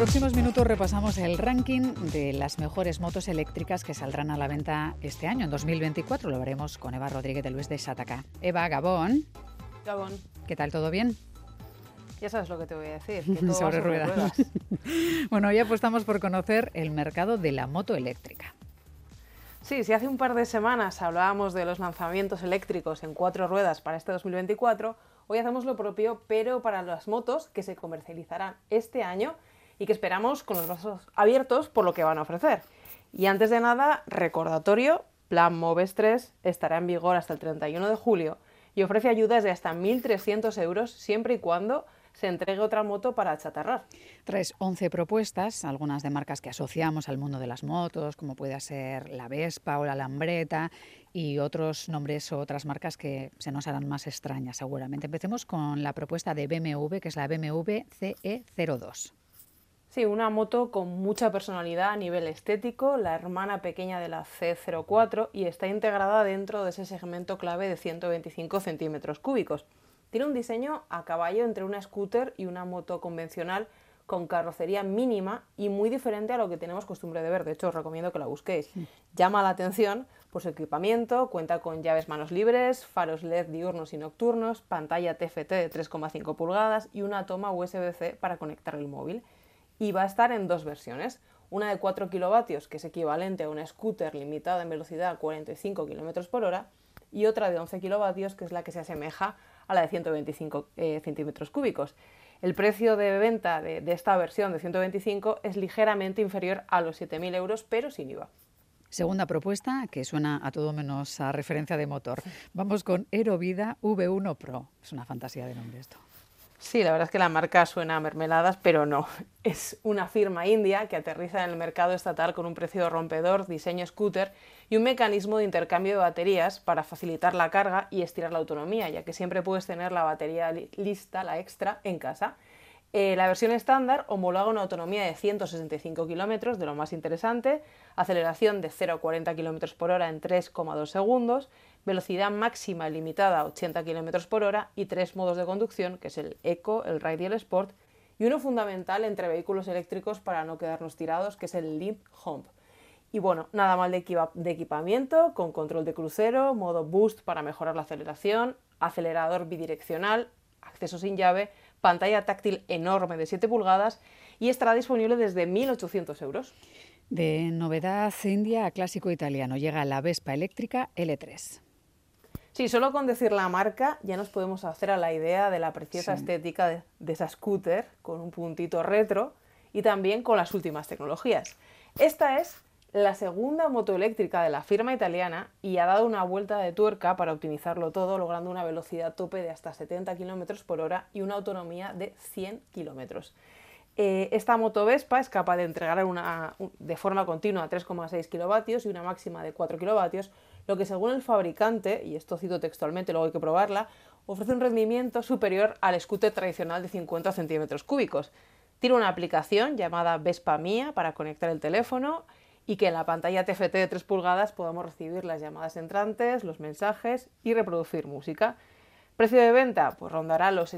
próximos minutos repasamos el ranking de las mejores motos eléctricas que saldrán a la venta este año, en 2024. Lo veremos con Eva Rodríguez de Luis de Xatacà. Eva, Gabón. Gabón. ¿Qué tal? ¿Todo bien? Ya sabes lo que te voy a decir, que todo sobre va sobre ruedas. Bueno, hoy apostamos por conocer el mercado de la moto eléctrica. Sí, si hace un par de semanas hablábamos de los lanzamientos eléctricos en 4 ruedas para este 2024, hoy hacemos lo propio, pero para las motos que se comercializarán este año y que esperamos con los brazos abiertos por lo que van a ofrecer. Y antes de nada, recordatorio, Plan Moves 3 estará en vigor hasta el 31 de julio y ofrece ayudas de hasta 1.300 euros siempre y cuando se entregue otra moto para achatarrar. Traes 11 propuestas, algunas de marcas que asociamos al mundo de las motos, como puede ser la Vespa o la Lambretta, y otros nombres o otras marcas que se nos harán más extrañas seguramente. Empecemos con la propuesta de BMW, que es la BMW CE02. Sí, una moto con mucha personalidad a nivel estético, la hermana pequeña de la C04 y está integrada dentro de ese segmento clave de 125 centímetros cúbicos. Tiene un diseño a caballo entre una scooter y una moto convencional con carrocería mínima y muy diferente a lo que tenemos costumbre de ver. De hecho, os recomiendo que la busquéis. Llama la atención por su equipamiento, cuenta con llaves manos libres, faros LED diurnos y nocturnos, pantalla TFT de 3,5 pulgadas y una toma USB-C para conectar el móvil. Y va a estar en 2 versiones, una de 4 kilovatios, que es equivalente a una scooter limitada en velocidad a 45 km por hora, y otra de 11 kilovatios, que es la que se asemeja a la de 125 centímetros cúbicos. El precio de venta de esta versión de 125 es ligeramente inferior a los 7.000 euros, pero sin IVA. Segunda propuesta, que suena a todo menos a referencia de motor. Vamos con Aerovida V1 Pro. Es una fantasía de nombre esto. Sí, la verdad es que la marca suena a mermeladas, pero no. Es una firma india que aterriza en el mercado estatal con un precio rompedor, diseño scooter y un mecanismo de intercambio de baterías para facilitar la carga y estirar la autonomía, ya que siempre puedes tener la batería lista, la extra, en casa. La versión estándar homologa una autonomía de 165 kilómetros, de lo más interesante, aceleración de 0 a 40 km por hora en 3,2 segundos, velocidad máxima limitada a 80 km por hora y 3 modos de conducción, que es el Eco, el Ride y el Sport, y uno fundamental entre vehículos eléctricos para no quedarnos tirados, que es el Limp Hump. Y bueno, nada mal de equipamiento, con control de crucero, modo Boost para mejorar la aceleración, acelerador bidireccional, acceso sin llave, pantalla táctil enorme de 7 pulgadas y estará disponible desde 1.800 euros. De novedad india a clásico italiano llega la Vespa eléctrica L3. Sí, solo con decir la marca ya nos podemos hacer a la idea de la preciosa estética de esa scooter con un puntito retro y también con las últimas tecnologías. Esta es la segunda moto eléctrica de la firma italiana y ha dado una vuelta de tuerca para optimizarlo todo, logrando una velocidad tope de hasta 70 km por hora y una autonomía de 100 km. Esta moto Vespa es capaz de entregar de forma continua 3,6 kilovatios y una máxima de 4 kilovatios, lo que según el fabricante, y esto cito textualmente, luego hay que probarla, ofrece un rendimiento superior al scooter tradicional de 50 centímetros cúbicos. Tiene una aplicación llamada Vespa Mía para conectar el teléfono y que en la pantalla TFT de 3 pulgadas podamos recibir las llamadas entrantes, los mensajes y reproducir música. Precio de venta, pues rondará los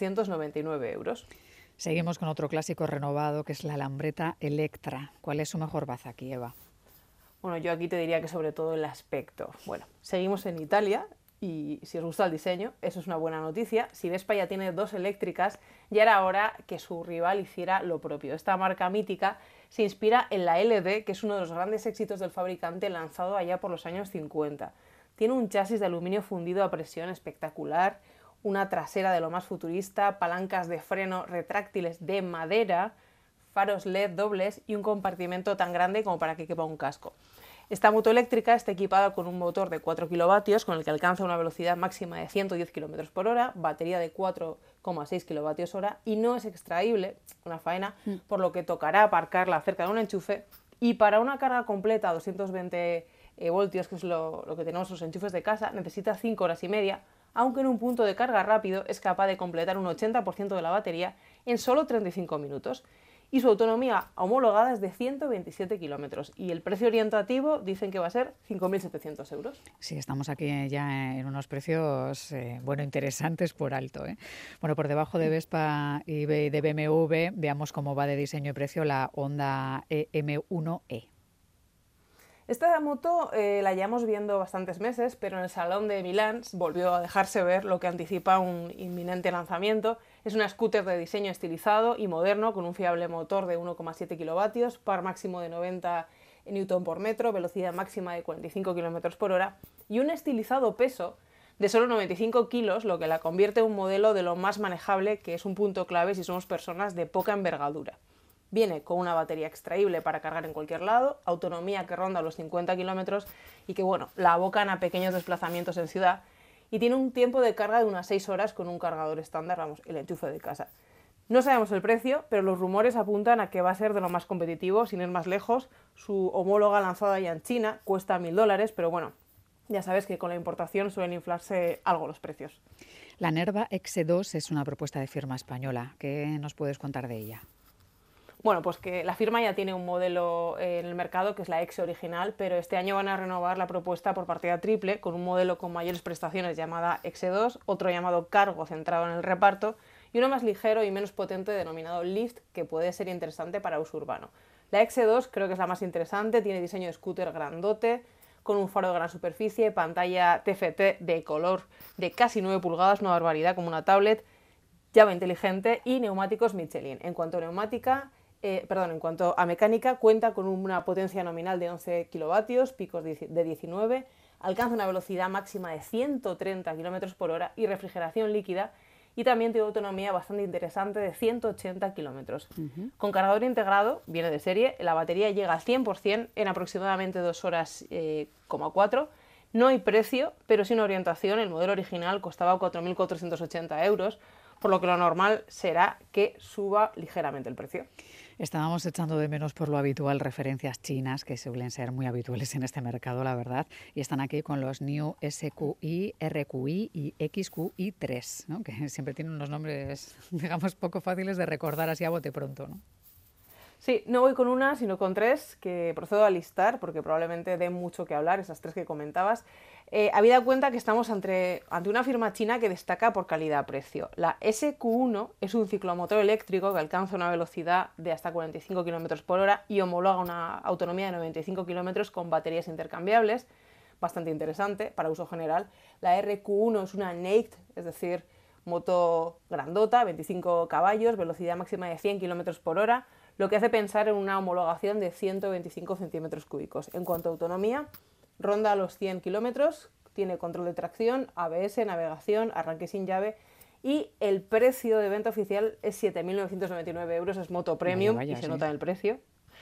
6.699 euros. Seguimos con otro clásico renovado, que es la Lambretta Electra. ¿Cuál es su mejor baza aquí, Eva? Bueno, yo aquí te diría que sobre todo el aspecto. Bueno, seguimos en Italia y si os gusta el diseño, eso es una buena noticia. Si Vespa ya tiene 2 eléctricas, ya era hora que su rival hiciera lo propio. Esta marca mítica se inspira en la LD, que es uno de los grandes éxitos del fabricante lanzado allá por los años 50. Tiene un chasis de aluminio fundido a presión espectacular, una trasera de lo más futurista, palancas de freno retráctiles de madera, faros LED dobles y un compartimento tan grande como para que quepa un casco. Esta moto eléctrica está equipada con un motor de 4 kilovatios con el que alcanza una velocidad máxima de 110 km por hora, batería de 4,6 kilovatios hora y no es extraíble, una faena, por lo que tocará aparcarla cerca de un enchufe y para una carga completa a 220 voltios, que es lo que tenemos los enchufes de casa, necesita 5 horas y media, aunque en un punto de carga rápido es capaz de completar un 80% de la batería en solo 35 minutos. y su autonomía homologada es de 127 kilómetros. Y el precio orientativo dicen que va a ser 5.700 euros. Sí, estamos aquí ya en unos precios, interesantes por alto, ¿eh? Bueno, por debajo de Vespa y de BMW, veamos cómo va de diseño y precio la Honda M1E. Esta moto la llevamos viendo bastantes meses, pero en el Salón de Milán volvió a dejarse ver lo que anticipa un inminente lanzamiento. Es una scooter de diseño estilizado y moderno, con un fiable motor de 1,7 kilovatios, par máximo de 90 Nm por metro, velocidad máxima de 45 km por hora y un estilizado peso de solo 95 kilos, lo que la convierte en un modelo de lo más manejable, que es un punto clave si somos personas de poca envergadura. Viene con una batería extraíble para cargar en cualquier lado, autonomía que ronda los 50 kilómetros y que, bueno, la abocan a pequeños desplazamientos en ciudad, y tiene un tiempo de carga de unas 6 horas con un cargador estándar, vamos, el enchufe de casa. No sabemos el precio, pero los rumores apuntan a que va a ser de lo más competitivo, sin ir más lejos. Su homóloga lanzada ya en China cuesta $1.000, pero bueno, ya sabes que con la importación suelen inflarse algo los precios. La Nerva X2 es una propuesta de firma española. ¿Qué nos puedes contar de ella? Bueno, pues que la firma ya tiene un modelo en el mercado que es la X original, pero este año van a renovar la propuesta por partida triple con un modelo con mayores prestaciones llamada X2, otro llamado Cargo centrado en el reparto y uno más ligero y menos potente denominado Lift, que puede ser interesante para uso urbano. La X2 creo que es la más interesante, tiene diseño de scooter grandote, con un faro de gran superficie, pantalla TFT de color de casi 9 pulgadas, una barbaridad, como una tablet, llave inteligente y neumáticos Michelin. En cuanto a mecánica, cuenta con una potencia nominal de 11 kilovatios, picos de 19, alcanza una velocidad máxima de 130 km por hora y refrigeración líquida, y también tiene autonomía bastante interesante de 180 kilómetros. Con cargador integrado, viene de serie, la batería llega al 100% en aproximadamente 2 horas, 4. No hay precio, pero sin orientación. El modelo original costaba 4.480 euros, por lo que lo normal será que suba ligeramente el precio. Estábamos echando de menos por lo habitual referencias chinas, que suelen ser muy habituales en este mercado, la verdad, y están aquí con los New SQi, RQi y XQi3, ¿no? Que siempre tienen unos nombres, digamos, poco fáciles de recordar así a bote pronto, ¿no? Sí, no voy con una, sino con 3, que procedo a listar, porque probablemente den mucho que hablar, esas 3 que comentabas. Habida cuenta que estamos ante una firma china que destaca por calidad-precio. La SQ1 es un ciclomotor eléctrico que alcanza una velocidad de hasta 45 km por hora y homologa una autonomía de 95 km con baterías intercambiables, bastante interesante para uso general. La RQ1 es una naked, es decir, moto grandota, 25 caballos, velocidad máxima de 100 km por hora, lo que hace pensar en una homologación de 125 centímetros cúbicos. En cuanto a autonomía, ronda los 100 kilómetros, tiene control de tracción, ABS, navegación, arranque sin llave, y el precio de venta oficial es 7.999 euros, es moto premium, y se nota en el precio.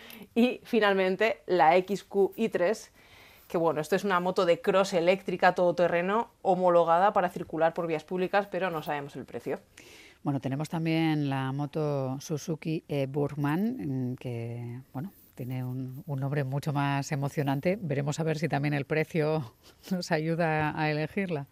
Y finalmente la XQi3, que bueno, esto es una moto de cross eléctrica todoterreno homologada para circular por vías públicas, pero no sabemos el precio. Bueno, tenemos también la moto Suzuki Burman, que bueno, tiene un nombre mucho más emocionante. Veremos a ver si también el precio nos ayuda a elegirla.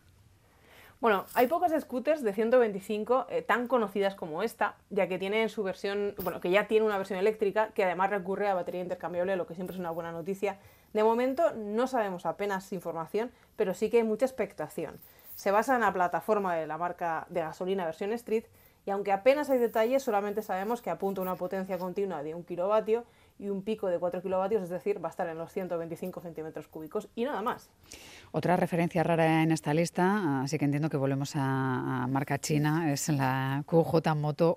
Bueno, hay pocas scooters de 125 tan conocidas como esta, ya que tiene su versión, bueno, que ya tiene una versión eléctrica que además recurre a batería intercambiable, lo que siempre es una buena noticia. De momento no sabemos apenas información, pero sí que hay mucha expectación. Se basa en la plataforma de la marca de gasolina versión Street, y aunque apenas hay detalles, solamente sabemos que apunta a una potencia continua de 1 kilovatio y un pico de 4 kilovatios, es decir, va a estar en los 125 centímetros cúbicos y nada más. Otra referencia rara en esta lista, así que entiendo que volvemos a marca china, es la QJ Moto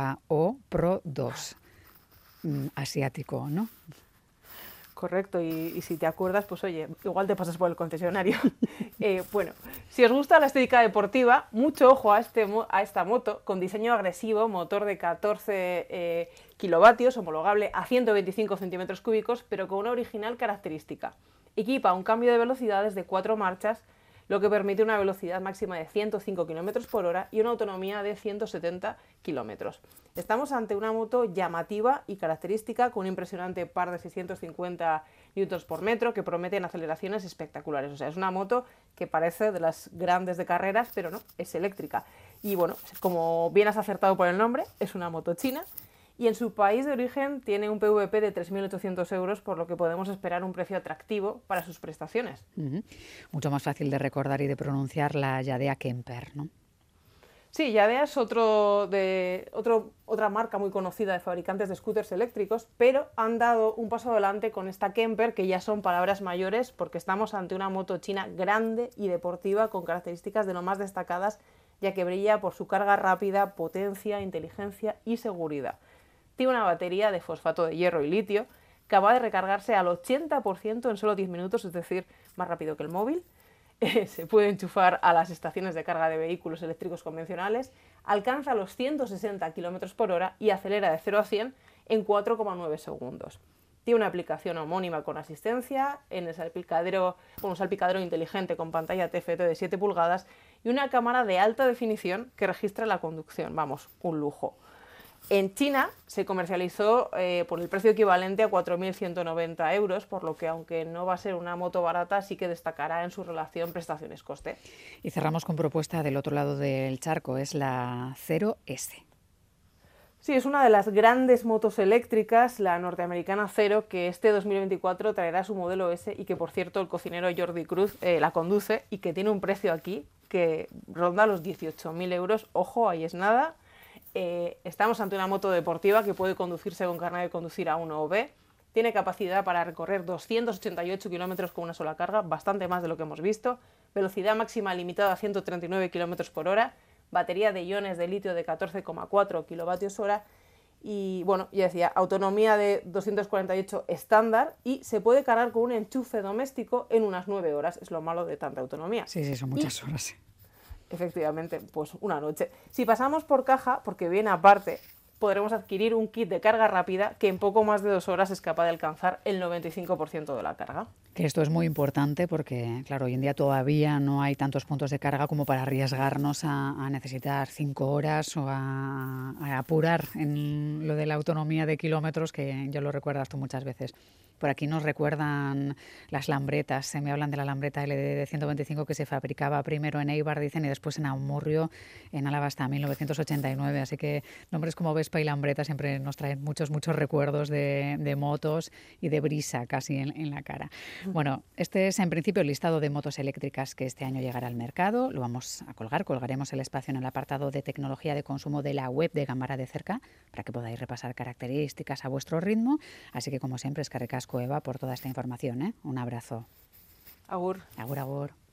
OAO Pro 2, asiático, ¿no? Correcto, y si te acuerdas, pues oye, igual te pasas por el concesionario. Bueno, si os gusta la estética deportiva, mucho ojo a esta moto, con diseño agresivo, motor de 14 kilovatios, homologable a 125 centímetros cúbicos, pero con una original característica. Equipa un cambio de velocidades de 4 marchas, lo que permite una velocidad máxima de 105 km por hora y una autonomía de 170 km. Estamos ante una moto llamativa y característica, con un impresionante par de 650 Nm por metro que prometen aceleraciones espectaculares. O sea, es una moto que parece de las grandes de carreras, pero no, es eléctrica. Y bueno, como bien has acertado por el nombre, es una moto china y en su país de origen tiene un PVP de 3.800 euros, por lo que podemos esperar un precio atractivo para sus prestaciones. Mucho más fácil de recordar y de pronunciar la Yadea Kemper, ¿no? Sí, Yadea es otra marca muy conocida de fabricantes de scooters eléctricos, pero han dado un paso adelante con esta Kemper, que ya son palabras mayores, porque estamos ante una moto china grande y deportiva con características de lo más destacadas, ya que brilla por su carga rápida, potencia, inteligencia y seguridad. Tiene una batería de fosfato de hierro y litio, capaz de recargarse al 80% en solo 10 minutos, es decir, más rápido que el móvil. Se puede enchufar a las estaciones de carga de vehículos eléctricos convencionales, alcanza los 160 km por hora y acelera de 0 a 100 en 4,9 segundos. Tiene una aplicación homónima con asistencia, en el salpicadero, un salpicadero inteligente con pantalla TFT de 7 pulgadas y una cámara de alta definición que registra la conducción. Vamos, un lujo. En China se comercializó por el precio equivalente a 4.190 euros, por lo que aunque no va a ser una moto barata, sí que destacará en su relación prestaciones-coste. Y cerramos con propuesta del otro lado del charco, es la Zero S. Sí, es una de las grandes motos eléctricas, la norteamericana Zero, que este 2024 traerá su modelo S y que, por cierto, el cocinero Jordi Cruz la conduce y que tiene un precio aquí que ronda los 18.000 euros. Ojo, ahí es nada. Estamos ante una moto deportiva que puede conducirse con carnet de conducir A1 o B. Tiene capacidad para recorrer 288 kilómetros con una sola carga, bastante más de lo que hemos visto. Velocidad máxima limitada a 139 kilómetros por hora. Batería de iones de litio de 14,4 kilovatios hora. Y bueno, ya decía, autonomía de 248 estándar y se puede cargar con un enchufe doméstico en unas 9 horas. Es lo malo de tanta autonomía. Sí, son muchas horas. Efectivamente, pues una noche. Si pasamos por caja, porque viene aparte, podremos adquirir un kit de carga rápida que en poco más de 2 horas es capaz de alcanzar el 95% de la carga. Que esto es muy importante porque, claro, hoy en día todavía no hay tantos puntos de carga como para arriesgarnos a necesitar 5 horas o a apurar en lo de la autonomía de kilómetros, que ya lo recuerdas tú muchas veces. Por aquí nos recuerdan las lambretas, se me hablan de la lambreta LD de 125 que se fabricaba primero en Eibar, dicen, y después en Amurrio, en Álava hasta 1989. Así que nombres como Vespa y lambreta siempre nos traen muchos recuerdos de motos y de brisa casi en la cara. Bueno, este es en principio el listado de motos eléctricas que este año llegará al mercado. Lo vamos a colgaremos el espacio en el apartado de tecnología de consumo de la web de Gambara de Cerca para que podáis repasar características a vuestro ritmo. Así que, como siempre, eskerrik asko, Eva, por toda esta información, ¿eh? Un abrazo. Agur. Agur, agur.